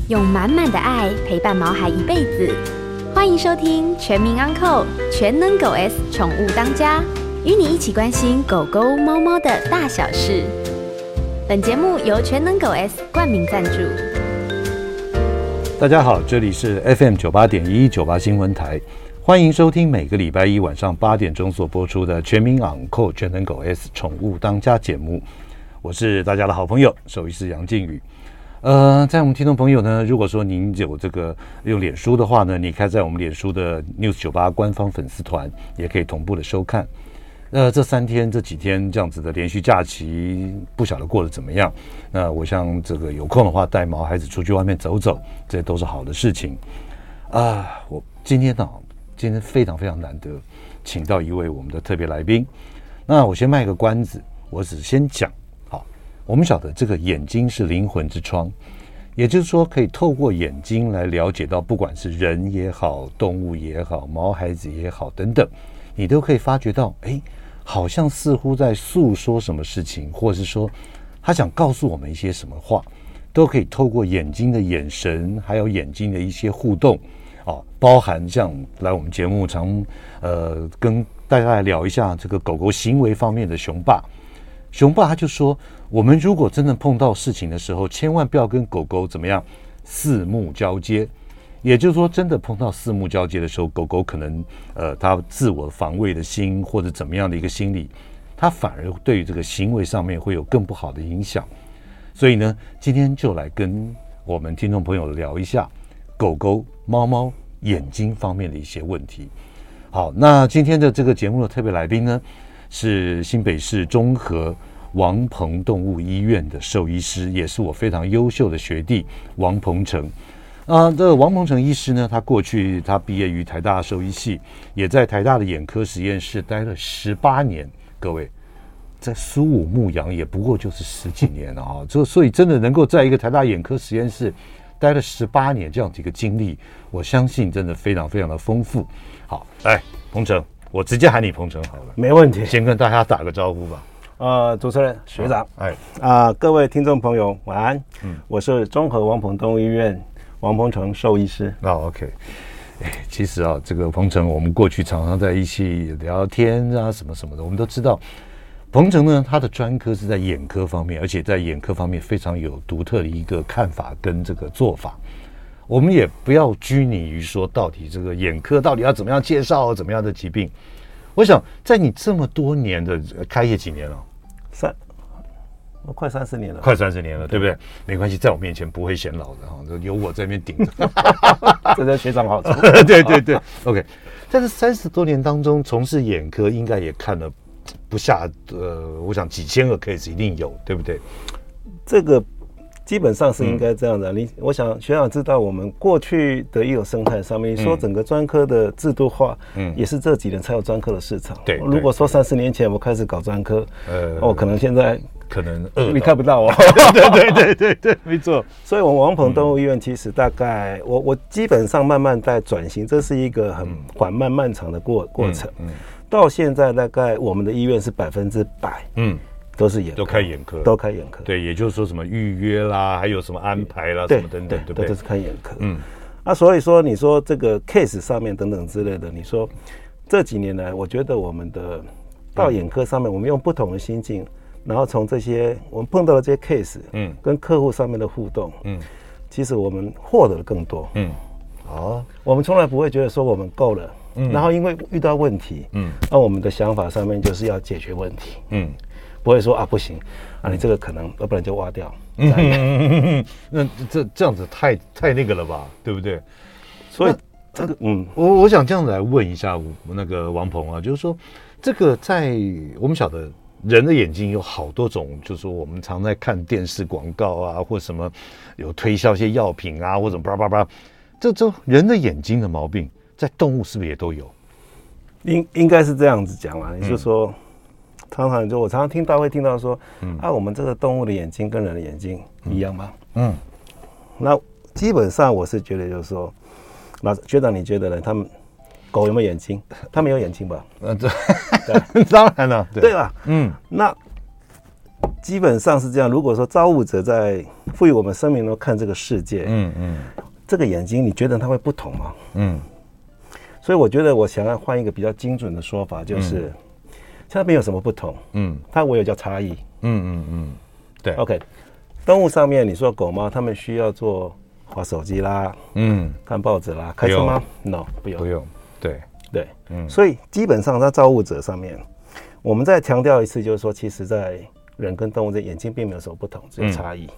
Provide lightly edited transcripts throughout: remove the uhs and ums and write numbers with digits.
用满满的爱陪伴毛孩一辈子。欢迎收听全民安扣全能狗 S 宠物当家，与你一起关心狗狗、猫猫的大小事。本节目由全能狗 S 冠名赞助。 大家好，这里是 FM 98.1 98新闻台，欢迎收听每个礼拜一晚上8点钟所播出的全民昂扣全能狗 S 宠物当家节目。我是大家的好朋友兽医师杨靖宇。在我们听众朋友呢，如果说您有这个用脸书的话呢，你可以在我们脸书的 News98 官方粉丝团也可以同步的收看。这几天这样子的连续假期，不晓得过得怎么样。那我想这个有空的话，带毛孩子出去外面走走，这都是好的事情。我今天非常非常难得，请到一位我们的特别来宾。那我先卖个关子，我只先讲。我们晓得这个眼睛是灵魂之窗，也就是说可以透过眼睛来了解到，不管是人也好，动物也好，毛孩子也好等等，你都可以发觉到，好像似乎在诉说什么事情，或者是说他想告诉我们一些什么话，都可以透过眼睛的眼神，还有眼睛的一些互动，包含像来我们节目常跟大家来聊一下这个狗狗行为方面的熊爸他就说，我们如果真的碰到事情的时候，千万不要跟狗狗怎么样四目交接。也就是说，真的碰到四目交接的时候，狗狗可能它自我防卫的心或者怎么样的一个心理，它反而对于这个行为上面会有更不好的影响。所以呢，今天就来跟我们听众朋友聊一下狗狗、猫猫眼睛方面的一些问题。好，那今天的这个节目的特别来宾呢，是新北市中和王鹏动物医院的兽医师，也是我非常优秀的学弟王鹏程。这王鹏程医师呢，他过去他毕业于台大兽医系，也在台大的眼科实验室待了18年。各位，在苏武牧羊也不过就是10几年了啊！所以真的能够在一个台大眼科实验室待了18年这样的一个经历，我相信真的非常非常的丰富。好，来，鹏程。我直接喊你鹏程好了， 没问题。 先跟大家打个招呼吧。 主持人学长，各位听众朋友晚安。我是中和王鹏动物医院王鹏程兽医师。 OK。其实这个鹏程，我们过去常常在一起聊天啊，什么什么的，我们都知道，鹏程呢，他的专科是在眼科方面，而且在眼科方面非常有独特的一个看法跟这个做法。我们也不要拘泥于说到底这个眼科到底要怎么样介绍怎么样的疾病。我想在你这么多年的开业几年了？ 快30年了， 快30年了，对不对？没关系，在我面前不会显老的有我在那边顶着， 这是学长好处。 对 ，OK。在这30多年当中，从事眼科应该也看了不下我想几千个 case 一定有，对不对？ 这个基本上是应该这样的。我想学长知道我们过去的一种生态上面，你说整个专科的制度化，也是这几年才有专科的市场。对，如果说30年前我开始搞专科，可能现在可能你看不到哦。 对，没错。 所以我们王鹏动物医院其实大概我基本上慢慢在转型，这是一个很缓慢漫长的过程。到现在大概我们的医院是100%。都是眼科，都开眼科。 对，也就是说什么预约啦，还有什么安排啦，什么等等，对不对？ 都是看眼科。所以说你说这个 case 上面等等之类的，你说这几年来，我觉得我们的到眼科上面，我们用不同的心境，然后从这些我们碰到的这些 case，跟客户上面的互动，其实我们获得的更多。我们从来不会觉得说我们够了，然后因为遇到问题，那我们的想法上面就是要解决问题，不会说不行你这个可能要不然就挖掉。 那这样子太那个了吧，对不对？所以这个我想这样子来问一下那个王鹏就是说这个在我们晓得人的眼睛有好多种，就是说我们常在看电视广告啊，或什么有推销一些药品啊，或者叭叭叭，这人的眼睛的毛病在动物是不是也都有？ 应该是这样子讲啦，你就说。我常常会听到说，我们这个动物的眼睛跟人的眼睛一样吗？那基本上我是觉得就是说，那学长你觉得呢？他们狗有没有眼睛？它没有眼睛吧？ 当然了， 对吧？那基本上是这样。如果说造物者在赋予我们生命中看这个世界，这个眼睛你觉得它会不同吗？所以我觉得我想要换一个比较精准的说法，就是它没有什么不同，它唯有叫差异。 对 ，OK。动物上面，你说狗猫，它们需要做滑手机啦，看报纸啦，开车吗 ？No， 不用， 不用。对， 所以基本上在造物者上面，我们再强调一次，就是说，其实在人跟动物的眼睛并没有什么不同，只有差异。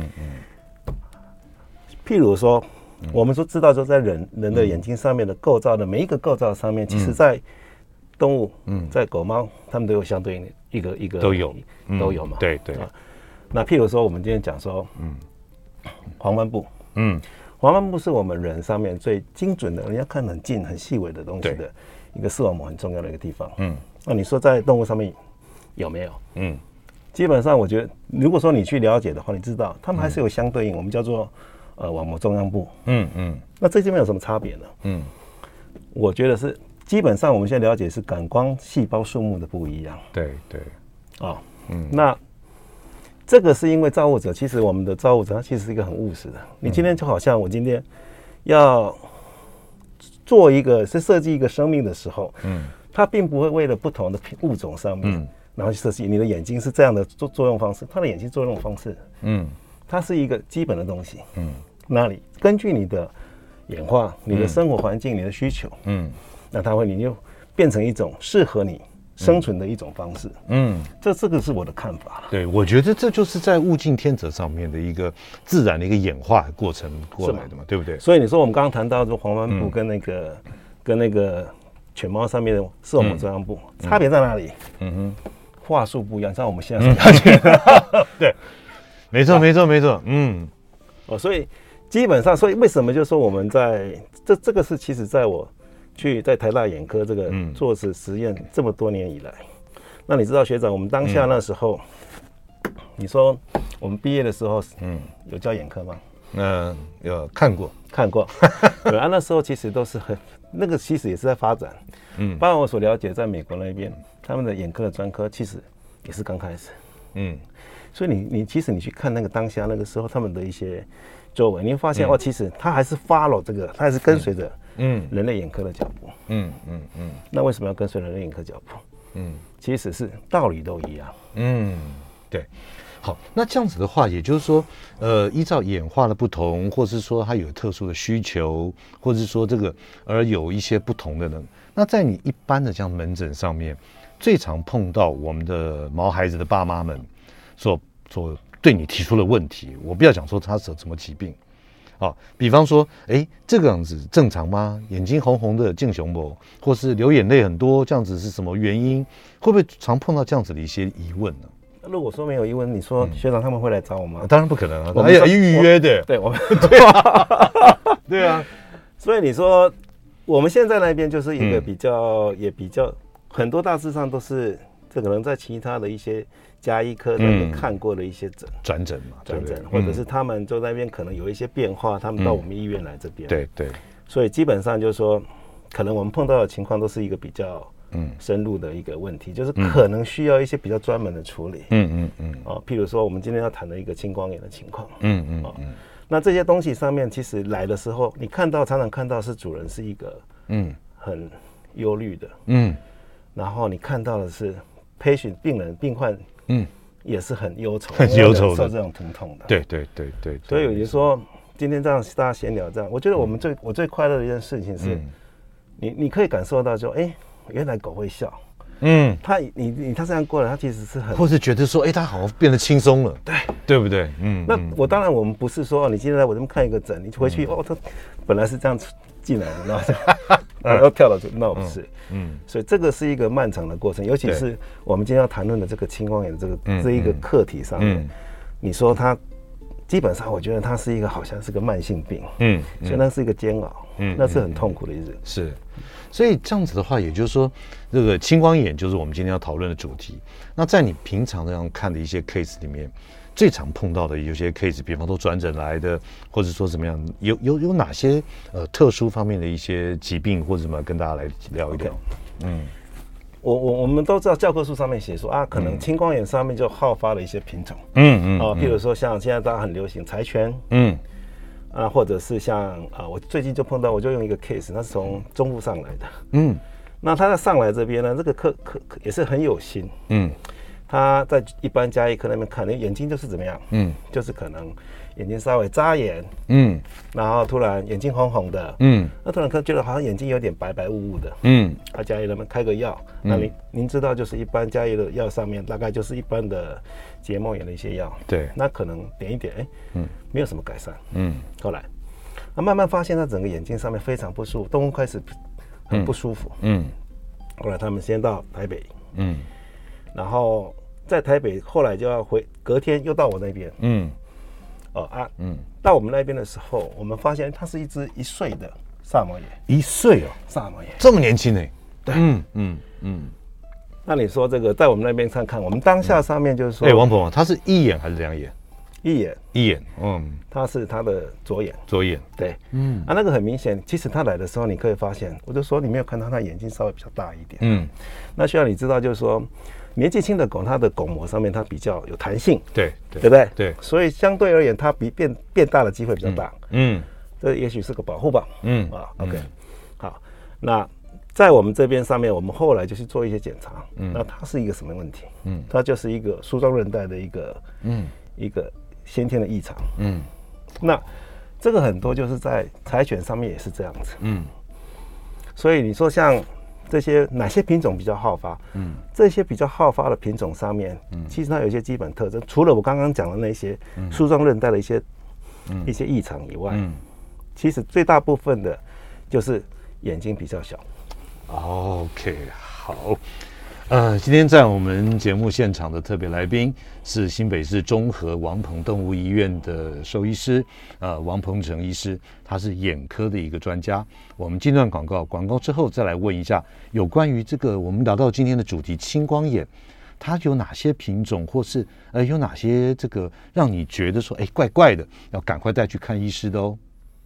譬如说，我们都知道说，在人的眼睛上面的构造的每一个构造上面，其实在动物，在狗猫，它们都有相对应的一个都有嘛。对。 那譬如说，我们今天讲说，黄斑部，黄斑部是我们人上面最精准的，人家看很近、很细微的东西的一个视网膜很重要的一个地方。那你说在动物上面有没有？基本上我觉得，如果说你去了解的话，你知道它们还是有相对应，我们叫做网膜中央部。那这地方有什么差别呢？我觉得是基本上我们现在了解是感光细胞数目的不一样。 对。 那这个是因为造物者，其实我们的造物者他其实是一个很务实的。你今天就好像我今天要做设计一个生命的时候，它并不会为了不同的物种上面，然后去设计你的眼睛是这样的作用方式，它的眼睛作用方式，它是一个基本的东西，那你根据你的演化、你的生活环境、你的需求，那你就变成一种适合你生存的一种方式。这个是我的看法。 对，我觉得这就是在物竞天择上面的一个自然的一个演化的过程过来的嘛，对不对？ 所以你说我们刚刚谈到说黄斑部跟那个犬猫上面的视网膜中央部差别在哪里？话术不一样，像我们现在所了解的。 对，没错。 所以基本上，所以为什么就是说我们在这个是其实在我在台大眼科这个做实验这么多年以来，那你知道学长，我们当下那时候，你说我们毕业的时候，有教眼科吗？ 有看过， 对啊，那时候其实都是那个其实也是在发展，包括我所了解，在美国那边，他们的眼科的专科其实也是刚开始，所以你其实你去看那个当下那个时候他们的一些作为，你会发现其实他还是 follow 这个，他还是跟随着人类眼科的脚步，那为什么要跟随人类眼科脚步？其实是道理都一样， 对。好，那这样子的话，也就是说，依照演化的不同，或是说它有特殊的需求，或者是说这个而有一些不同的呢？那在你一般的这样门诊上面，最常碰到我们的毛孩子的爸妈们所对你提出的问题，我不要讲说他是什么疾病，比方说，这个样子正常吗？眼睛红红的见熊猫，或是流眼泪很多，这样子是什么原因？会不会常碰到这样子的一些疑问呢？ 如果说没有疑问，你说学长他们会来找我吗？ 当然不可能啊，我们要预约的。 对，我们对啊。 所以你说我们现在那边就是一个也比较很多大致上都是这可能在其他的一些家医科那边看过的一些转诊嘛， 或者是他们就在那边可能有一些变化，他们到我们医院来这边。 对。 所以基本上就是说，可能我们碰到的情况都是一个比较深入的一个问题，就是可能需要一些比较专门的处理。譬如说我们今天要谈的一个青光眼的情况。那这些东西上面，其实来的时候，你常常看到是主人是一个很忧虑的，然后你看到的是病患也是很忧愁，受这种疼痛的。 对。 所以有人说，今天这样大家闲聊这样，我觉得我最快乐的一件事情是，你可以感受到说，原来狗会笑。他这样过来，他其实是或是觉得说，他好像变得轻松了，对不对？ 那当然我们不是说你今天来我这边看一个诊，你回去他本来是这样进来的，然后跳到这，那不是。所以这个是一个漫长的过程，尤其是我们今天要谈论的这个青光眼这一个课题上面，你说它基本上我觉得它是一个好像是个慢性病，所以那是一个煎熬，那是很痛苦的日子。 是。所以这样子的话，也就是说，这个青光眼就是我们今天要讨论的主题。那在你平常这样看的一些 case 里面，最常碰到的有些 case， 比方说转诊来的，或者说怎么样，有哪些特殊方面的一些疾病或者什么，跟大家来聊一聊。 我们都知道教科书上面写说啊，可能青光眼上面就好发了一些品种，譬如说像现在大家很流行柴犬，或者是像我最近就碰到，我就用一个 case， 它是从中部上来的，那他在上来这边呢，这个科也是很有心，他在一般家医科那边看，眼睛就是怎么样，就是可能眼睛稍微眨眼，然后突然眼睛红红的，那突然觉得好像眼睛有点白白雾雾的，他家医那边开个药，那您知道就是一般家医的药上面大概就是一般的结膜炎的一些药， 对， 那可能点一点，没有什么改善，后来慢慢发现他整个眼睛上面非常不舒服，动物开始很不舒服，后来他们先到台北，然后在台北后来就要隔天又到我那边，到我们那边的时候，我们发现它是一只1岁的萨摩耶，1 岁哦， 萨摩耶这么年轻呢？ 对，那你说这个在我们那边看，我们当下上面就是说， 王鹏，他是1眼还是2眼？1眼， 他是他的左眼，对，那个很明显，其实他来的时候你可以发现，我就说你没有看到他眼睛稍微比较大一点，那需要你知道就是说。年纪轻的狗，它的拱膜上面它比较有弹性，对不对？对，所以相对而言，它比变大的机会比较大。这也许是个保护吧。OK， 好，那在我们这边上面，我们后来就去做一些检查。那它是一个什么问题？它就是一个梳状韧带的一个先天的异常。那这个很多就是在柴犬上面也是这样子。所以你说像。这些哪些品种比较好发？这些比较好发的品种上面，其实它有一些基本特征，除了我刚刚讲的那些梳状韧带的一些异常以外，其实最大部分的就是眼睛比较小。 OK， 好。今天在我们节目现场的特别来宾是新北市中和王鹏动物医院的兽医师，王鹏程医师，他是眼科的一个专家。我们进段广告之后再来问一下有关于这个我们聊到今天的主题青光眼，它有哪些品种，或是有哪些这个让你觉得说怪怪的，要赶快带去看医师的哦。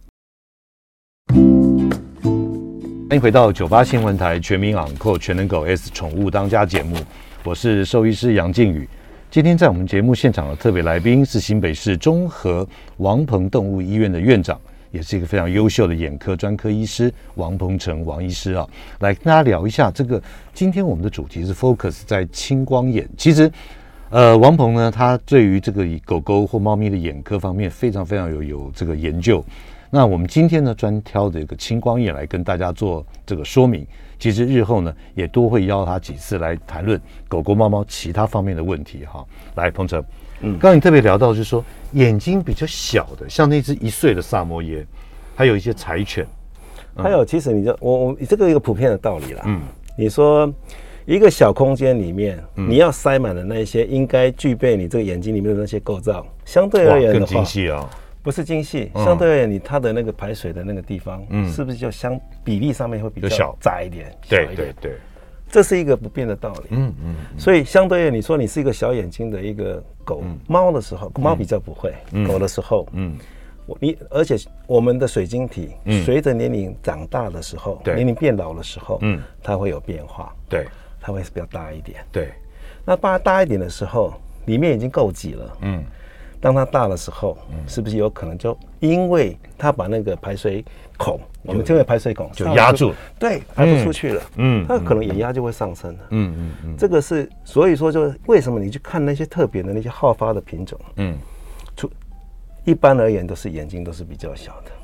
欢迎回到98新闻台全民昂扣全能狗 S 宠物当家节目，我是兽医师杨靖宇。今天在我们节目现场的特别来宾是新北市中和王鹏动物医院的院长，也是一个非常优秀的眼科专科医师王鹏程王医师啊，来跟大家聊一下这个。今天我们的主题是 focus 在青光眼。其实，王鹏呢，他对于这个狗狗或猫咪的眼科方面非常非常有这个研究。那我们今天呢，专挑这个青光眼来跟大家做这个说明。其实日后呢，也多会邀他几次来谈论狗狗、猫猫其他方面的问题哈。来，鹏程，刚刚你特别聊到就是说眼睛比较小的，像那只1岁的萨摩耶，还有一些柴犬， 还有其实你就我这个一个普遍的道理啦。你说一个小空间里面，你要塞满的那些应该具备你这个眼睛里面的那些构造，相对而言的话， 更精细啊。 不是精细，相对而言，它的那个排水的那个地方，是不是就比例上面会比较窄一点？ 对， 这是一个不变的道理。所以相对而言，你说你是一个小眼睛的一个狗、猫的时候，猫比较不会，狗的时候，而且我们的水晶体随着年龄长大的时候，年龄变老的时候，它会有变化， 对， 它会比较大一点， 对。 那把它大一点的时候，里面已经够挤了，当它大的时候，是不是有可能就因为它把那个排水孔，我们称为排水孔， 就压住， 对，排不出去了，它可能眼压就会上升了，这个是，所以说就为什么你去看那些特别的那些好发的品种，一般而言都是眼睛都是比较小的。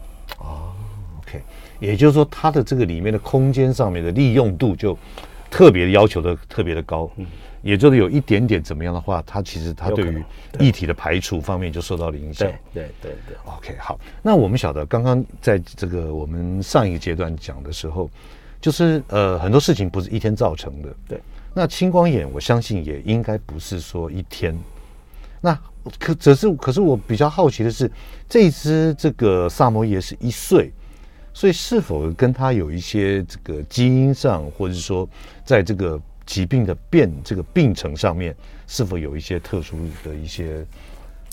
OK， 也就是说它的这个里面的空间上面的利用度就特别的要求的特别的高。也就是有一点点怎么样的话，它其实它对于液体的排除方面就受到了影响。 对。 OK， 好，那我们晓得刚刚在这个我们上一个阶段讲的时候，就是很多事情不是一天造成的。对，那青光眼我相信也应该不是说一天。那可是我比较好奇的是，这一只这个萨摩耶是1岁，所以是否跟它有一些这个基因上，或者是说在这个疾病的这个病程上面，是否有一些特殊的一些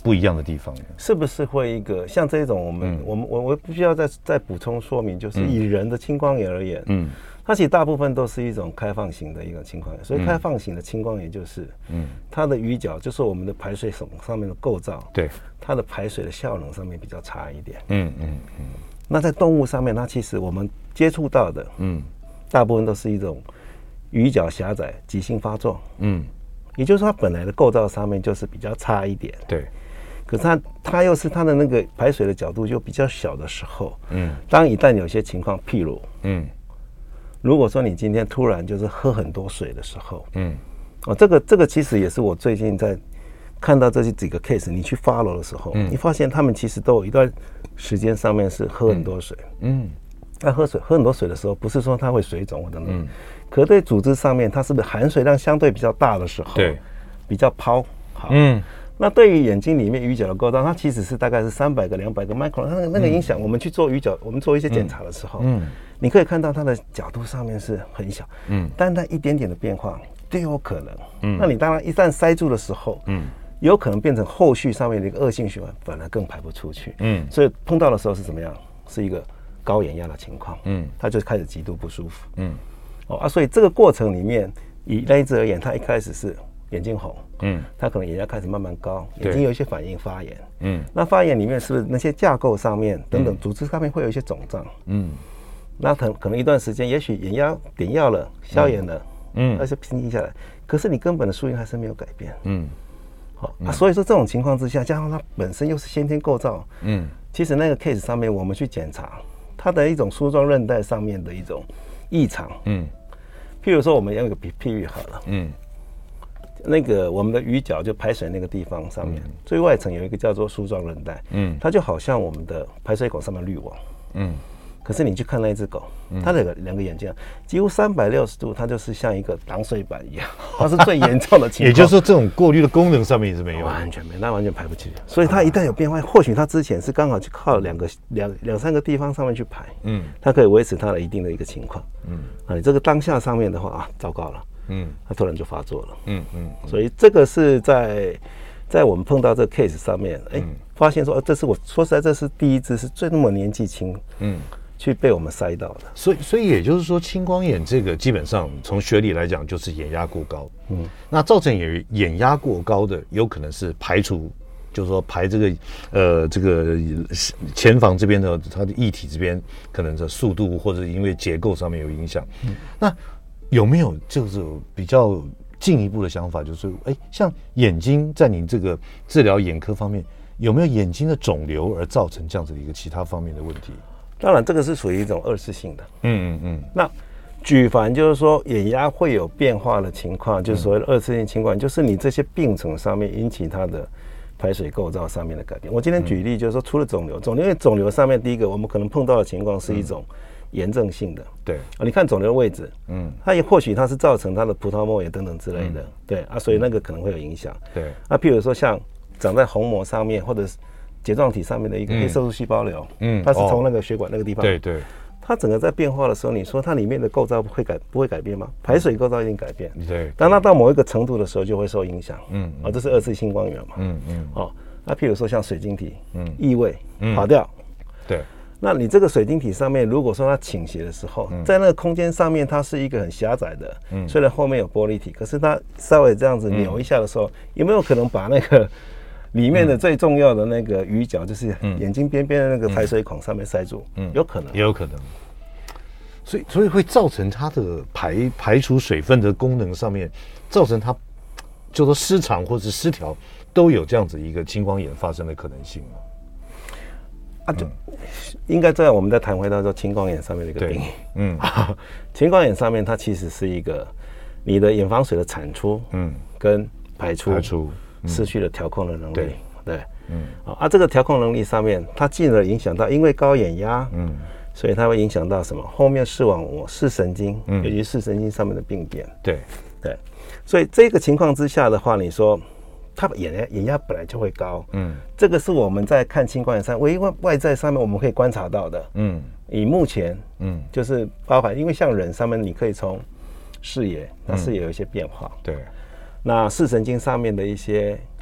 不一样的地方呢？ 是不是会一个像这种我必须要再补充说明，就是以人的青光眼而言，它其实大部分都是一种开放型的一种青光眼，所以开放型的青光眼就是，它的鱼角就是我们的排水上面的构造，对，它的排水的效能上面比较差一点，那在动物上面，它其实我们接触到的，大部分都是一种鱼角狭窄、急性发作，也就是说它本来的构造上面就是比较差一点，对。可是它又是它的那个排水的角度就比较小的时候，当一旦有些情况，譬如，如果说你今天突然就是喝很多水的时候，这个其实也是我最近在看到这几个 case， 你去 follow 的时候，你发现他们其实都有一段时间上面是喝很多水，他喝很多水的时候，不是说他会水肿或等等，可对组织上面，它是不是含水量相对比较大的时候，对，比较抛好，那对于眼睛里面鱼角的构造，它其实是大概是300个、200个 micron， 它那个影响，我们去做鱼角，我们做一些检查的时候，你可以看到它的角度上面是很小，但它一点点的变化都有可能，那你当然一旦塞住的时候，有可能变成后续上面的一个恶性循环，反而更排不出去，所以碰到的时候是怎么样？是一个高眼压的情况，它就开始极度不舒服，所以这个过程里面，以那一只而言，它一开始是眼睛红，它可能眼压开始慢慢高，眼睛有一些反应发炎，那发炎里面是不是那些架构上面等等组织上面会有一些肿胀，那可能一段时间，也许眼压点药了，消炎了，那就平静下来，可是你根本的输赢还是没有改变，所以说这种情况之下，加上它本身又是先天构造，其实那个 case 上面我们去检查它的一种梳状韧带上面的一种异常，譬如说我们有一个譬喻好了，那个我们的鱼角就排水那个地方上面，最外层有一个叫做梳状韧带，它就好像我们的排水口上面滤网，可是你去看那一只狗，它的两个眼睛几乎360度，它就是像一个挡水板一样，它是最严重的情况。 也就是说，这种过滤的功能上面也是没有， 完全没，那完全排不进去。所以它一旦有变化，或许它之前是刚好去靠两三个地方上面去排，它可以维持它的一定的一个情况，你这个当下上面的话糟糕了，它突然就发作了，所以这个是在我们碰到这个 case 上面，发现说，这是我说实在，这是第一只是最那么年纪轻，去被我们塞到的。 所以也就是说，青光眼这个基本上从学理来讲就是眼压过高，那造成眼压过高的，有可能是排除，就是说排这个前房这边的它的液体这边可能的速度或者因为结构上面有影响，那有没有就是比较进一步的想法，就是像眼睛在您这个治疗眼科方面，有没有眼睛的肿瘤而造成这样子的一个其他方面的问题？ 当然，这个是属于一种二次性的。那举凡就是说眼压会有变化的情况，就是所谓的二次性情况，就是你这些病程上面引起它的排水构造上面的改变。我今天举例就是说，除了肿瘤，因为肿瘤上面第一个我们可能碰到的情况是一种炎症性的，对你看肿瘤的位置，它也或许它是造成它的葡萄膜炎等等之类的，对所以那个可能会有影响，对譬如说像长在虹膜上面或者是睫状体上面的一个黑色素细胞瘤，它是从那个血管那个地方，对，它整个在变化的时候，你说它里面的构造不会改变吗？排水构造一定改变，对，当它到某一个程度的时候就会受影响，这是二次性光源嘛，那譬如说像水晶体，异位跑掉，对。那你这个水晶体上面，如果说它倾斜的时候，在那个空间上面，它是一个很狭窄的，虽然后面有玻璃体，可是它稍微这样子扭一下的时候，有没有可能把那个里面的最重要的那个鱼角，就是眼睛边边的那个排水孔上面塞住？有可能， 也有可能。所以会造成它的排除水分的功能上面，造成它就说失常或者失调，都有这样子一个青光眼发生的可能性吗？ 就应该这样，我们再谈回到说青光眼上面的一个定义。青光眼上面它其实是一个你的眼房水的产出，跟排出失去了调控的能力，对，这个调控能力上面，它进而影响到，因为高眼压，所以它会影响到什么？后面视网膜、视神经，尤其是视神经上面的病变，对，所以这个情况之下的话，你说。它眼压本来就会高，这个是我们在看青光眼上唯一外在上面我们可以观察到的，以目前，就是包含，因为像人上面你可以从视野，那视野有一些变化，对，那视神经上面的一些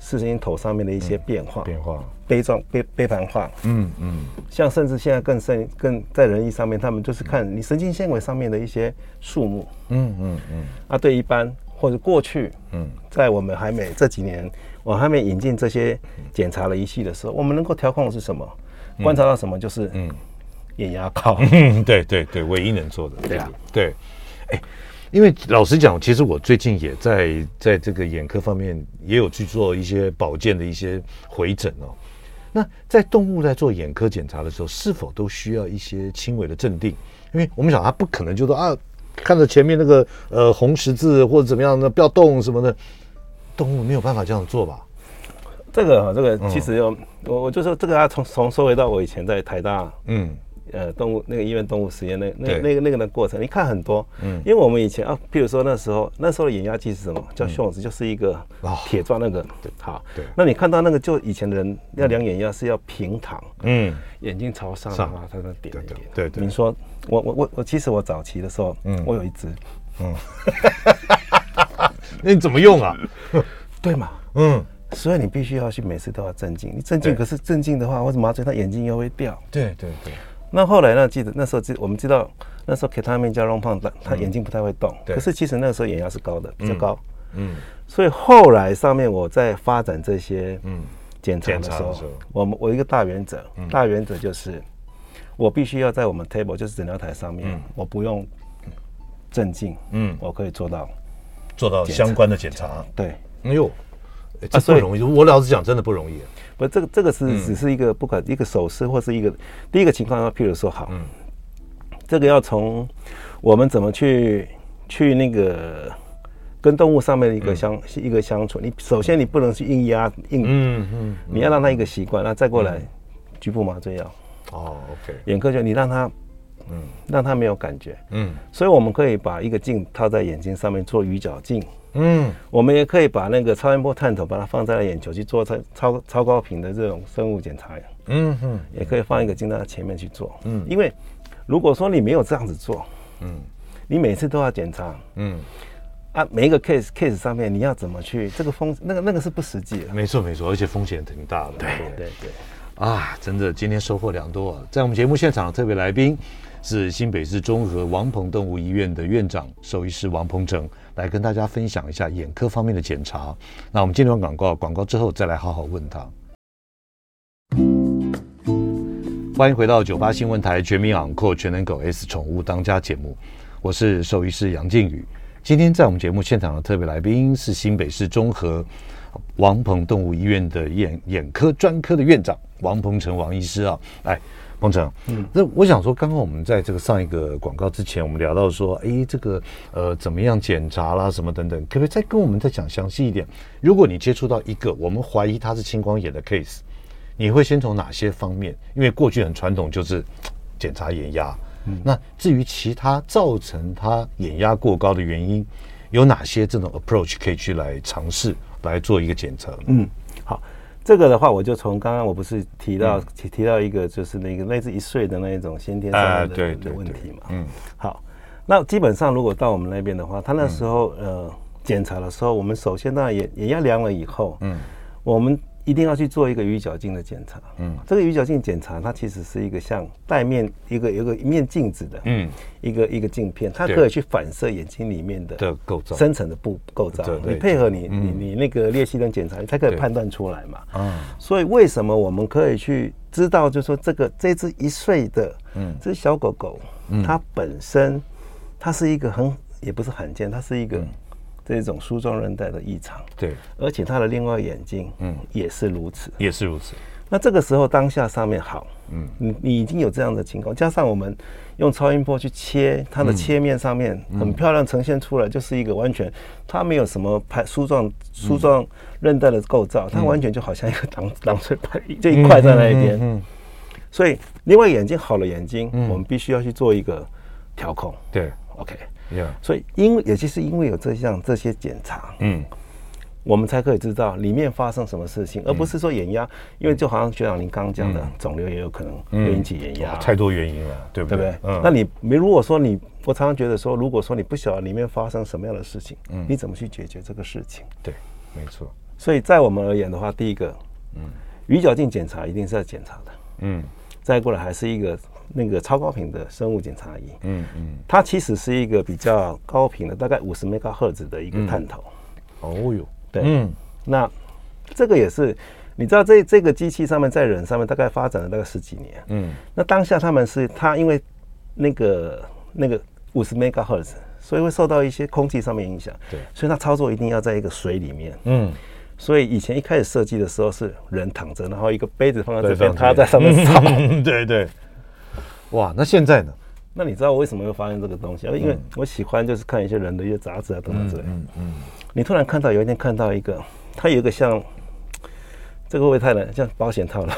视神经头上面的一些变化，悲盘化，像甚至现在更在人医上面，他们就是看你神经纤维上面的一些数目，对一般或者过去，在我们这几年我还没引进这些检查的仪器的时候，我们能够调控的是什么？观察到什么就是眼压高， 对，唯一能做的， 对啊， 对，因为老实讲，其实我最近也在这个眼科方面也有去做一些保健的一些回诊哦。那在动物在做眼科检查的时候，是否都需要一些轻微的镇定？因为我们想，它不可能就说看着前面那个红十字或者怎么样的不要动什么的，动物没有办法这样做吧？ 这个其实我就说这个要从说回到我以前在台大，动物那个医院动物实验那个的过程，你看很多，因为我们以前譬如说那时候的眼压计是什么？叫袖子，就是一个铁状那个。好，那你看到那个，就以前的人要量眼压是要平躺，眼睛朝上的话，它就点一点。对。你说我其实我早期的时候，我有一只， 那你怎么用啊？ 对嘛，所以你必须要去每次都要镇静，你镇静，可是镇静的话，或者麻醉，它眼睛又会掉。对。那后来呢？记得那时候我们知道，那时候给他们加溶胖，他眼睛不太会动。可是其实那个时候眼压是高的，比较高。所以后来上面我在发展这些检查的时候，我一个大原则，就是我必须要在我们 table 就是诊疗台上面，我不用镇静，我可以做到相关的检查。 对， 这不容易。我老实讲，真的不容易。 不，这个只是一个不管一个手势或是第一个情况，譬如说这个要从我们怎么去那个跟动物上面的一个相处。你首先你不能去硬压，你要让它一个习惯，那再过来局部麻醉药。OK。眼科就你让它没有感觉。所以我们可以把一个镜套在眼睛上面做鱼角镜。我们也可以把那个超音波探头把它放在眼球去做超高频的这种生物检查。也可以放一个镜在前面去做。因为如果说你没有这样子做，你每次都要检查，每一个 case 上面你要怎么去这个那个是不实际的。 没错，而且风险挺大的。 对。 真的今天收获良多。在我们节目现场的特别来宾是新北市中和王鹏动物医院的院长兽医师王鹏程，来跟大家分享一下眼科方面的检查。那我们进入广告之后再来好好问他。欢迎回到98新闻台全民昂扣全能狗 S 宠物当家节目，我是兽医师杨靖宇。今天在我们节目现场的特别来宾是新北市中和王鹏动物医院的眼科专科的院长王鹏程王医师啊。来，鹏程，那我想说，刚刚我们在这个上一个广告之前，我们聊到说，这个怎么样检查啦，什么等等，可不可以再跟我们再讲详细一点？如果你接触到一个我们怀疑它是青光眼的 case， 你会先从哪些方面？因为过去很传统就是检查眼压，那至于其他造成它眼压过高的原因，有哪些这种 approach 可以去来尝试来做一个检测？ 好。这个的话，我就从刚刚我不是提到一个，就是那个类似1岁的那一种先天上面的问题嘛。好，那基本上如果到我们那边的话，他那时候检查的时候，我们首先当然眼压量了以后，我们一定要去做一个鱼角镜的检查。这个鱼角镜检查，它其实是一个像带面有个一面镜子的，一个镜片，它可以去反射眼睛里面的构造深层的构造。你配合你那个裂隙灯检查，你才可以判断出来嘛。所以为什么我们可以去知道，就是说这只1岁的这只小狗狗，它本身它是一个也不是罕见，它是一个这种梳状韧带的异常， 对， 而且它的另外眼睛，也是如此。那这个时候当下上面好，你已经有这样的情况，加上我们用超音波去切它的切面上面，很漂亮呈现出来，就是一个完全它没有什么梳状韧带的构造，它完全就好像一个狼嘴牌，就一块在那一边。所以另外眼睛好的眼睛，我们必须要去做一个调控。 对 ，OK。所以也就是因为有这些检查，我们才可以知道里面发生什么事情，而不是说眼压，因为就好像学长您刚刚讲的，肿瘤也有可能会引起眼压， 太多原因了，对不对？ 那你如果说我常常觉得说，如果说你不晓得里面发生什么样的事情，你怎么去解决这个事情？ 对，没错。 所以在我们而言的话，第一个，鱼角镜检查一定是要检查的，再过来还是一个那个超高频的生物检查仪，它其实是一个比较高频的，大概50 MHz 的一个探头。 哦哟， 对，那这个也是，你知道这个机器上面在人上面大概发展了大概10几年，那当下它因为那个50 MHz， 所以会受到一些空气上面影响，对，所以它操作一定要在一个水里面，所以以前一开始设计的时候是人躺着，然后一个杯子放在这边，他在上面扫， 对对，哇，那现在呢？ 那你知道我为什么会发现这个东西？因为我喜欢就是看一些人的一些杂志啊等等之类的。你突然有一天看到一个，它有一个像这个会不会太难？像保险套了。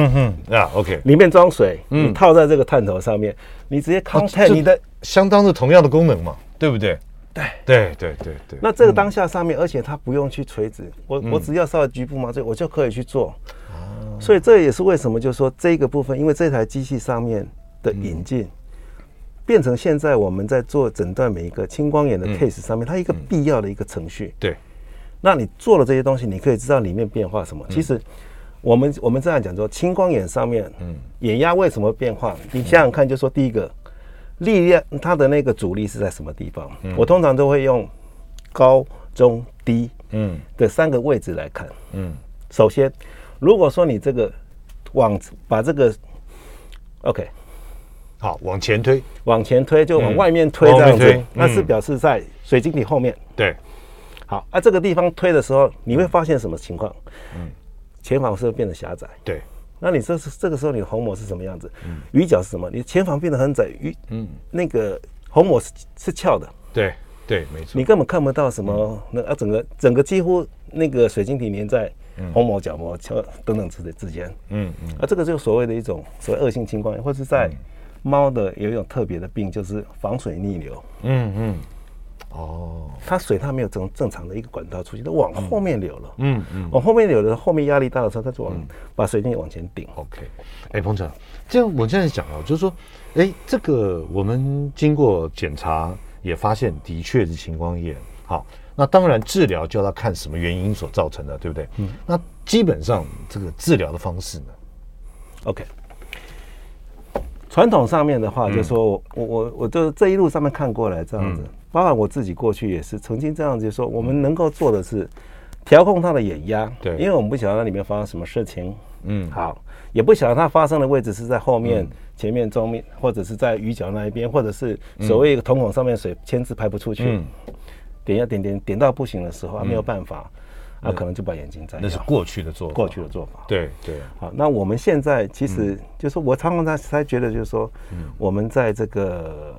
OK， 里面装水，你套在这个探头上面，你直接 contact 你的， 相当是同样的功能嘛，对不对？对。 那这个当下上面，而且它不用去垂直，我只要稍微局部麻醉，我就可以去做。所以这也是为什么，就是说这个部分，因为这台机器上面的引进。变成现在我们在做诊断每一个青光眼的 case 上面，它一个必要的一个程序。对，那你做了这些东西，你可以知道里面变化什么。其实我们这样讲说，青光眼上面，眼压为什么变化？你想想看，就说第一个力量，它的那个阻力是在什么地方？我通常都会用高、中、低，的3个位置来看。首先，如果说你这个把这个 OK。 好，往前推就往外面推这样子，那是表示在水晶体后面。对，好，这个地方推的时候，你会发现什么情况？前房是会变得狭窄。对，那你这个时候你的虹膜是什么样子？鱼角是什么？你前房变得很窄，那个虹膜是翘的。对，没错。你根本看不到什么，整个几乎那个水晶体连在虹膜、角膜、等等之间。这个就是所谓的一种所谓恶性青光眼，或是在猫的有一种特别的病，就是防水逆流。它水没有正常的一个管道出去，都往后面流了。往后面流的，后面压力大的时候，它就把水晶往前顶。 OK， 彭长，这样我现在讲就是说，这个我们经过检查也发现的确是青光眼。好，那当然治疗就要看什么原因所造成的，对不对？那基本上这个治疗的方式呢 ？OK。传统上面的话，就是说我就这一路上面看过来这样子，包括我自己过去也是曾经这样子，就是说我们能够做的是调控它的眼压，对，因为我们不晓得那里面发生什么事情，好，也不晓得它发生的位置是在后面、前面、中面，或者是在鱼角那一边，或者是所谓一个瞳孔上面水铅字排不出去，点到不行的时候，没有办法。可能就把眼睛摘掉。 那是过去的做法。对。 好，那我们现在其实就是我常常才觉得，就是说，我们在这个，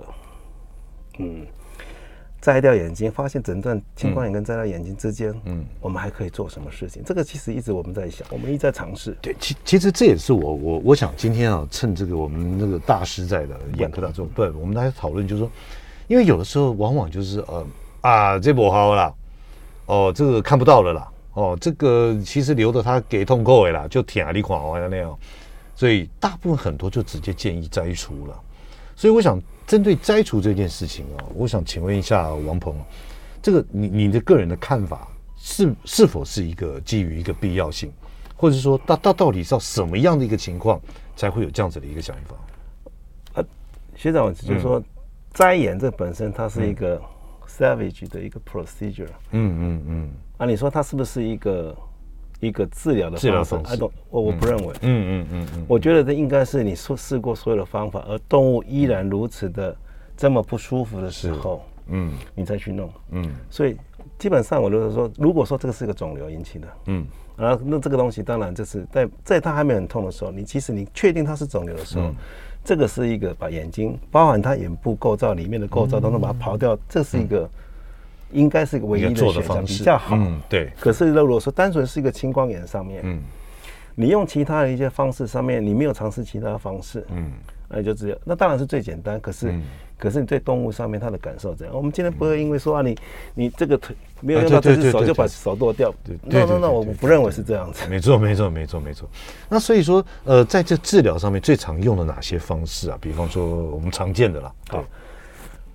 摘掉眼睛，发现诊断青光眼跟摘掉眼睛之间，我们还可以做什么事情？这个其实一直我们在想，我们一直在尝试。 对，其实这也是我想今天趁这个我们那个大师在的眼科大众，我们来讨论，就是说，因为有的时候往往就是这不好啦。这个看不到了啦。这个其实留着它给痛口的啦，就舔你看那样，所以大部分很多就直接建议摘除了。所以我想针对摘除这件事情我想请问一下王鹏，这个你的个人的看法是否是一个基于一个必要性，或者说到底是要什么样的一个情况才会有这样子的一个想法？ 学长就是说，摘眼这本身它是一个savage 的一个 procedure， 你说它是不是一个治疗的方式？我不认为。我觉得这应该是你试过所有的方法，而动物依然如此的这么不舒服的时候，你再去弄，所以基本上我就是说，如果说这个是个肿瘤引起的，那这个东西当然就是在它还没很痛的时候，其实你确定它是肿瘤的时候。这个是一个把眼睛包含它眼部构造里面的构造当中把它刨掉，这是一个应该是一个唯一的选项比较好。对。可是如果说单纯是一个青光眼上面，你用其他的一些方式上面，你没有尝试其他的方式，那就只有那当然是最简单。可是你对动物上面它的感受怎样？我们今天不会因为说你这个腿没有用到这只手就把手剁掉。那我不认为是这样子。 没错。那所以说在这治疗上面最常用的哪些方式啊？比方说我们常见的啦。好，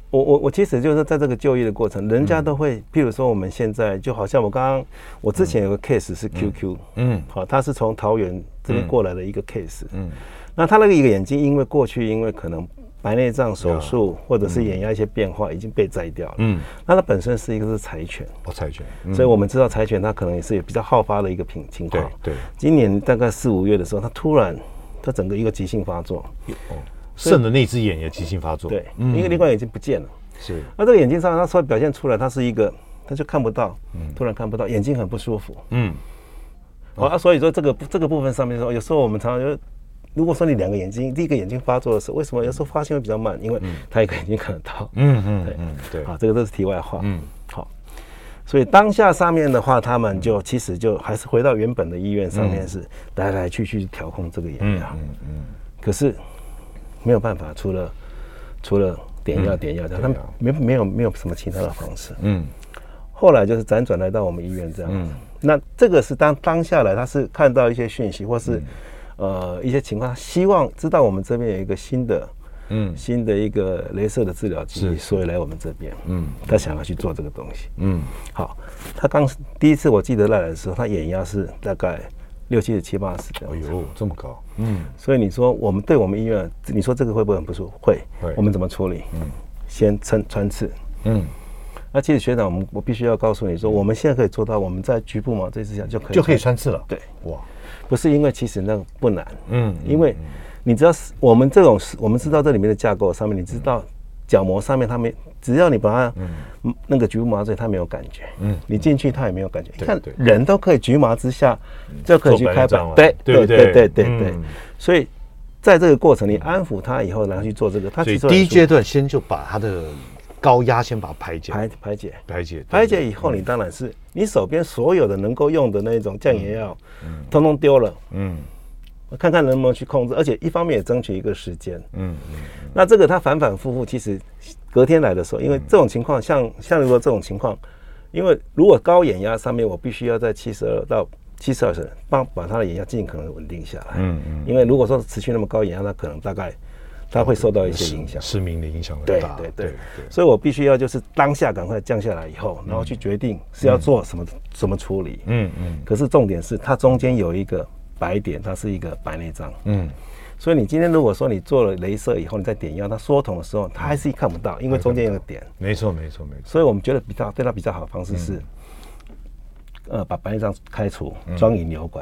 我其实就是在这个就医的过程，人家都会，譬如说我们现在就好像我之前有个 case 是 QQ， 好，他是从桃园这边过来的一个 case，那他那个一个眼睛，因为过去因为可能白内障手术或者是眼压一些变化已经被摘掉了，那它本身是一个是柴犬， 柴犬， 所以我们知道柴犬它可能也是比较好发的一个情况， 对， 今年大概4、5月的时候，它突然它整个一个急性发作， 剩的那只眼也急性发作， 对，因为另外眼睛不见了， 是， 那这个眼睛上它所表现出来，它是一个，它就看不到，突然看不到，眼睛很不舒服，所以说这个部分上面说，有时候我们常常就，如果说你2个眼睛，第一个眼睛发作的时候，为什么有时候发现会比较慢？因为它一个眼睛看得到，对，好，这个都是题外话，好，所以当下上面的话，他们就其实就还是回到原本的医院上面是来来去调控这个眼压，可是没有办法，除了点药，他们没有什么其他的方式。后来就是辗转来到我们医院这样子。那这个是当下来，他是看到一些讯息，或是一些情况，他希望知道我们这边有一个新的一个雷射的治疗机器，所以来我们这边。他想要去做这个东西。好，他第一次我记得来的时候，他眼压是大概60、70、80这样。 哎呦，这么高！ 所以你说我们医院，你说这个会不会很不舒服？会。我们怎么处理？先穿刺。那其实学长，我必须要告诉你说，我们现在可以做到，我们在局部麻醉之下就可以穿刺了。 对， 哇， 不是因为其实那个不难，因为你知道我们知道这里面的架构上面，你知道角膜上面它只要你把它那个局部麻醉，它没有感觉，你进去它也没有感觉。你看人都可以局麻之下就可以去开板，对，所以在这个过程你安抚它以后，然后去做这个，它所以第一阶段先就把它的高压先把它排解以后，你当然是你手边所有的能够用的那种降眼药，通通丢了，看看能不能去控制，而且一方面也争取一个时间，那这个它反反复复，其实隔天来的时候，因为这种情况像如果这种情况，因为如果高眼压上面，我必须要在72到72时把它的眼压尽可能稳定下来，因为如果说持续那么高眼压，它可能大概它会受到一些影响， 失明的影响很大。 对，所以我必须要就是当下赶快降下来以后，然后去决定是要做什么处理。可是重点是它中间有一个白点，它是一个白内障。所以你今天如果说你做了雷射以后，你再点药，它缩瞳的时候，它还是看不到，因为中间有个点。 没错。 所以我们觉得对它比较好的方式是，把白内障开除，装引流管。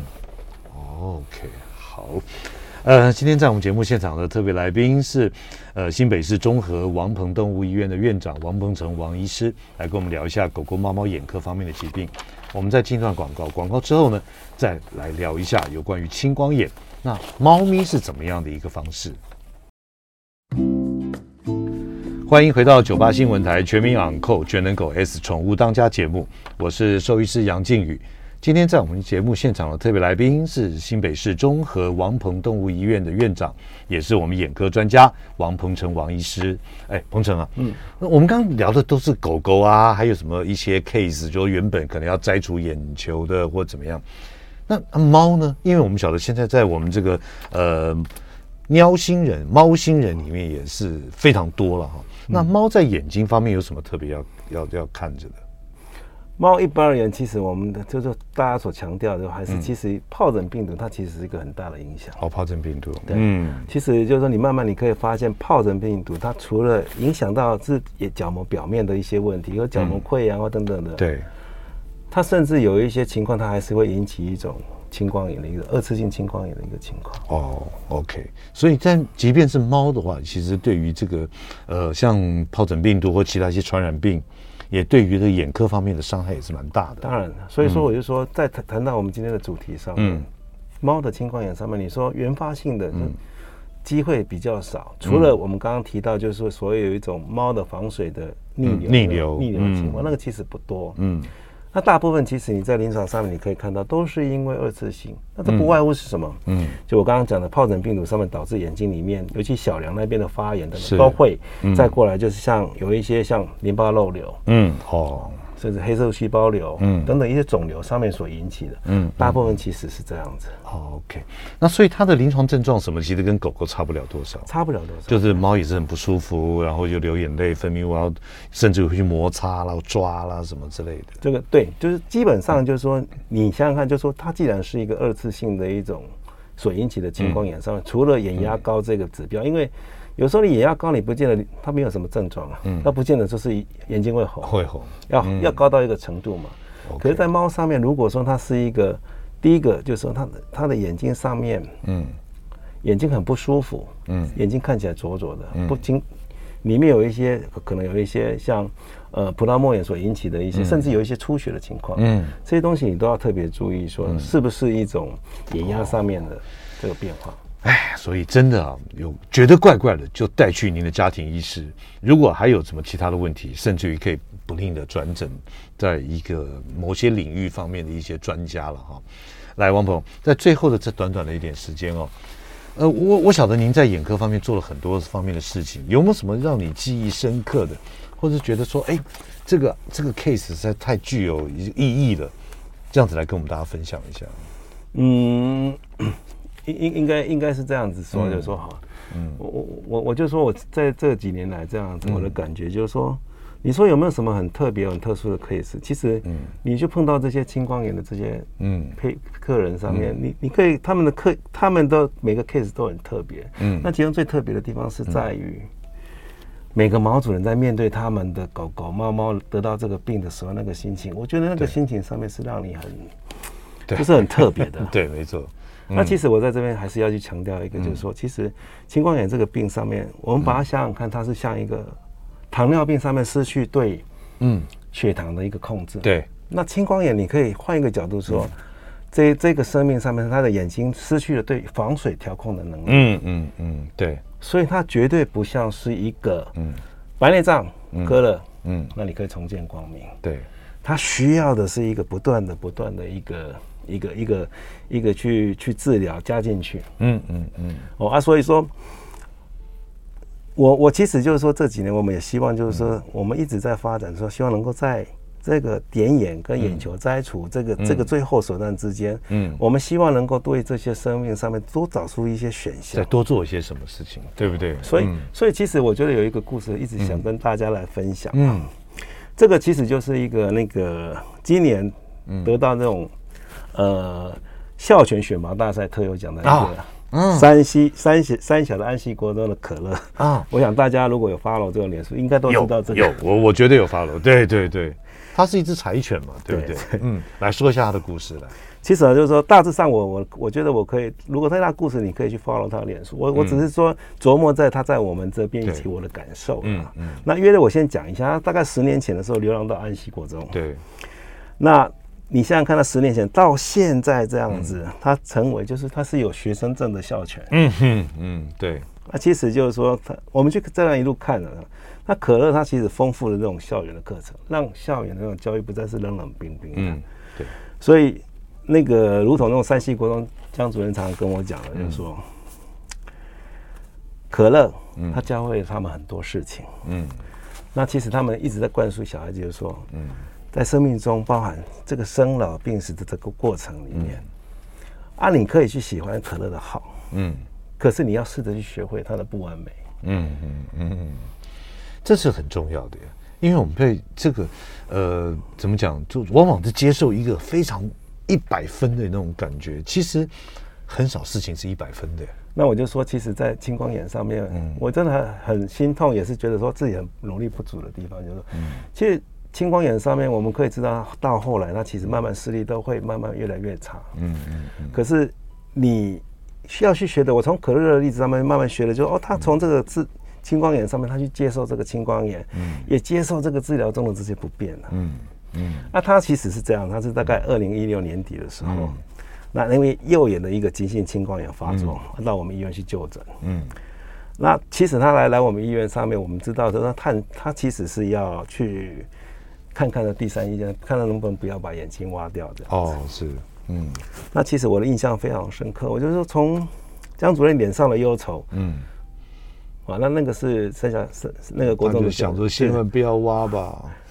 OK， 好。今天在我们节目现场的特别来宾是新北市中和王鹏动物医院的院长王鹏程王医师，来跟我们聊一下狗狗、猫猫眼科方面的疾病。我们再进一段广告之后呢，再来聊一下有关于青光眼。那猫咪是怎么样的一个方式？欢迎回到98新闻台全民昂扣全能狗 S 宠物当家节目，我是兽医师杨靖宇。今天在我们节目现场的特别来宾是新北市中和王鹏动物医院的院长，也是我们眼科专家王鹏程王医师。鹏程啊，我们刚刚聊的都是狗狗啊，还有什么一些 case， 就原本可能要摘除眼球的或怎么样。那猫呢？因为我们晓得现在在我们这个猫星人里面也是非常多了哈。那猫在眼睛方面有什么特别要看着的？ 猫一般而言，其实我们的就是大家所强调的，还是其实疱疹病毒它其实是一个很大的影响。 疱疹病毒， 对，其实就是说你慢慢你可以发现，疱疹病毒它除了影响到是角膜表面的一些问题，有角膜溃疡或等等的， 对， 它甚至有一些情况，它还是会引起一种青光眼的一个二次性青光眼的一个情况。 OK， 所以即便是猫的话，其实对于这个像疱疹病毒或其他一些传染病，也对于这个眼科方面的伤害也是蛮大的。 当然，所以说我就说，在谈到我们今天的主题上面，猫的青光眼上面，你说原发性的机会比较少，除了我们刚刚提到，就是说所谓有一种猫的防水的逆流的情况，那个其实不多。那大部分其实你在临床上面你可以看到，都是因为二次性。那这不外乎是什么？就我刚刚讲的疱疹病毒上面导致眼睛里面，尤其小梁那边的发炎等等都会。再过来就是像有一些像淋巴漏流， 甚至黑色素细胞瘤，等等一些肿瘤上面所引起的，大部分其实是这样子。 OK， 那所以它的临床症状什么，其实跟狗狗差不了多少，就是猫也是很不舒服，然后就流眼泪、分泌物，然后甚至会去摩擦啦、抓啦什么之类的。 这个对，就是基本上就是说，你想想看，就是说它既然是一个二次性的一种所引起的青光眼上面，除了眼压高这个指标，因为有时候你眼压高，你不见得它没有什么症状啊，它不见得就是眼睛会红，要高到一个程度嘛。可是，在猫上面，如果说它是一个第一个就是说它的眼睛上面，眼睛很不舒服，眼睛看起来浊浊的，不经里面有一些可能有一些像葡萄膜炎所引起的一些，甚至有一些出血的情况，这些东西你都要特别注意，说是不是一种眼压上面的这个变化。 所以真的啊，有觉得怪怪的，就带去您的家庭医师。如果还有什么其他的问题，甚至于可以不吝的转诊在一个某些领域方面的一些专家了哈。来，王鹏，在最后的这短短的一点时间哦，我晓得您在眼科方面做了很多方面的事情，有没有什么让你记忆深刻的，或者觉得说，这个 case 实在太具有意义了，这样子来跟我们大家分享一下。 应该是这样子说，就是说哈，我就说我在这几年来这样子，我的感觉就是说，你说有没有什么很特别、很特殊的 case？其实，你就碰到这些青光眼的这些客人上面，你可以他们的每个 case 都很特别。那其中最特别的地方是在于，每个毛主人在面对他们的狗狗、猫猫得到这个病的时候，那个心情，我觉得那个心情上面是让你就是很特别的。 对，没错。 那其实我在这边还是要去强调一个，就是说，其实青光眼这个病上面，我们把它想想看，它是像一个糖尿病上面失去对血糖的一个控制。 对。 那青光眼你可以换一个角度说，这个生命上面，他的眼睛失去了对防水调控的能力。 对。 所以它绝对不像是一个白内障割了，那你可以重见光明。 对。 它需要的是一个不断的一个去治疗加进去。所以说，我其实就是说这几年我们也希望就是说我们一直在发展说希望能够在这个点眼跟眼球摘除这个最后手段之间，我们希望能够对这些生命上面多找出一些选项， 再多做一些什么事情，对不对？ 所以其实我觉得有一个故事一直想跟大家来分享。这个其实就是一个那个今年得到那种校犬选拔大赛特有奖的一个三峡的安溪国中的可乐啊。我想大家如果有 follow 这个脸书，应该都知道这个。 我绝对有 follow。对，它是一只柴犬嘛，对不对？来说一下它的故事来。 其实就是说，大致上我觉得我可以，如果在他故事，你可以去 follow 他的脸书。我只是说琢磨在他在我们这边以及我的感受。那约了我先讲一下，他大概10年前的时候流浪到安溪国中。 对。那你想想看，他10年前到现在这样子，他成为就是他是有学生证的校犬。 对。 那其实就是说，我们去这样一路看了，那可乐它其实丰富了这种校园的课程，让校园的那种教育不再是冷冷冰冰的。 对。 所以那个如同那种山西国中江主任常常跟我讲的，就是说，可乐他教会了他们很多事情。那其实他们一直在灌输小孩子，就是说，在生命中包含这个生老病死的这个过程里面，你可以去喜欢可乐的好，可是你要试着去学会它的不完美。 这是很重要的，因为我们对这个怎么讲，就往往是接受一个非常100分的那种感觉，其实很少事情是100分的。 那我就说，其实，在青光眼上面，我真的很心痛，也是觉得说自己很努力不足的地方，就是说，其实青光眼上面，我们可以知道，到后来，它其实慢慢视力都会慢慢越来越差。可是你需要去学的，我从可乐的例子上面慢慢学的，就是他从这个青光眼上面，他去接受这个青光眼，也接受这个治疗中的这些不便了。那他其实是这样，他是大概2016年底的时候，那因为右眼的一个急性青光眼发作，到我们医院去就诊。那其实他来我们医院上面，我们知道说他其实是要去看看的第三医生，看看能不能不要把眼睛挖掉这样子。 是。 那其实我的印象非常深刻，我就是说从江主任脸上的忧愁，那个是那个国中的想说千万不要挖吧。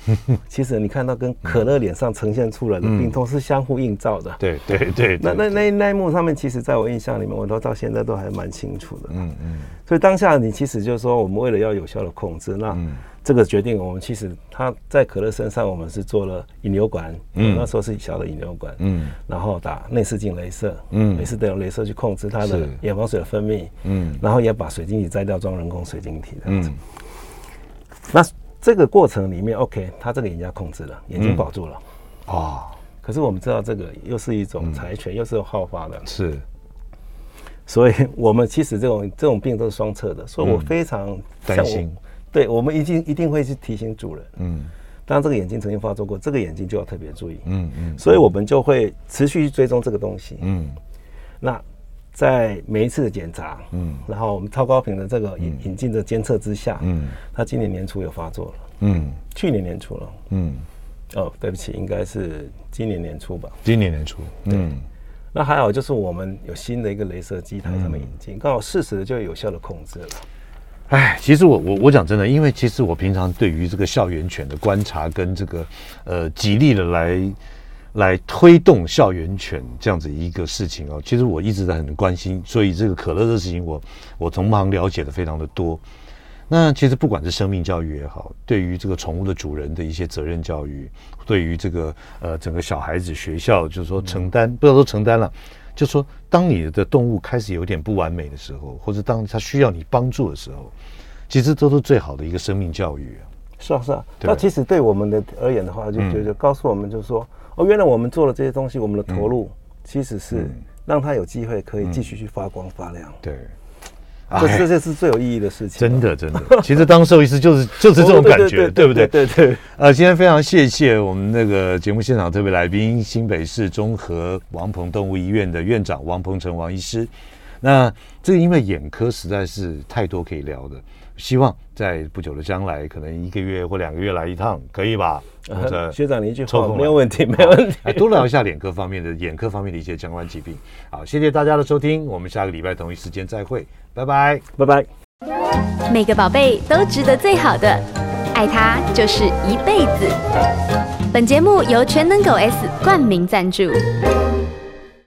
其实你看到跟可乐脸上呈现出来的病痛是相互映照的。 对对对， 那一幕上面，其实在我印象里面，我到现在都还蛮清楚的。所以当下你其实就是说，我们为了要有效的控制，那这个决定，我们其实他在可乐身上，我们是做了引流管，那时候是小的引流管，然后打内视镜雷射，每次都用雷射去控制它的眼房水的分泌，然后也把水晶体摘掉，装人工水晶体这样子。那这个过程里面 ，OK， 他这个眼压控制了，眼睛保住了，可是我们知道这个又是一种财权，又是有好发的， 是。 所以我们其实这种病都是双侧的，所以我非常担心。 对，我们一定会去提醒主人，当这个眼睛曾经发作过，这个眼睛就要特别注意，所以我们就会持续去追踪这个东西，那在每一次的检查，然后我们超高频的这个引进的监测之下，他今年年初有发作了，去年年初了，对不起，应该是今年年初吧， 今年年初， 那还好，就是我们有新的一个雷射机台上面引进，刚好适时的就有效的控制了。 其实我讲真的，因为其实我平常对于这个校园犬的观察跟这个极力的来推动校园犬这样子一个事情哦，其实我一直在很关心，所以这个可乐的事情我从旁了解的非常的多。那其实不管是生命教育也好，对于这个宠物的主人的一些责任教育，对于这个整个小孩子学校就是说承担，不要说承担了，就是说当你的动物开始有点不完美的时候，或者当它需要你帮助的时候，其实都是最好的一个生命教育啊。 是啊是啊，那其实对我们的而言的话，就觉得告诉我们就是说，原来我们做了这些东西，我们的投入其实是让它有机会可以继续去发光发亮。 对。 这是最有意义的事情。真的。其实当兽医师就是这种感觉，对不对？ 对。 今天非常谢谢我们那个节目现场特别来宾，新北市中和王鹏动物医院的院长王鹏程王医师。那这个因为眼科实在是太多可以聊的，希望在不久的将来，可能1个月或2个月来一趟，可以吧？ 学长，你一句话，没有问题，没有问题。 多聊一下眼科方面的一些相关疾病。好，谢谢大家的收听，我们下个礼拜同一时间再会，拜拜， 拜拜。 每个宝贝都值得最好的，爱它就是一辈子。本节目由全能狗 S 冠名赞助。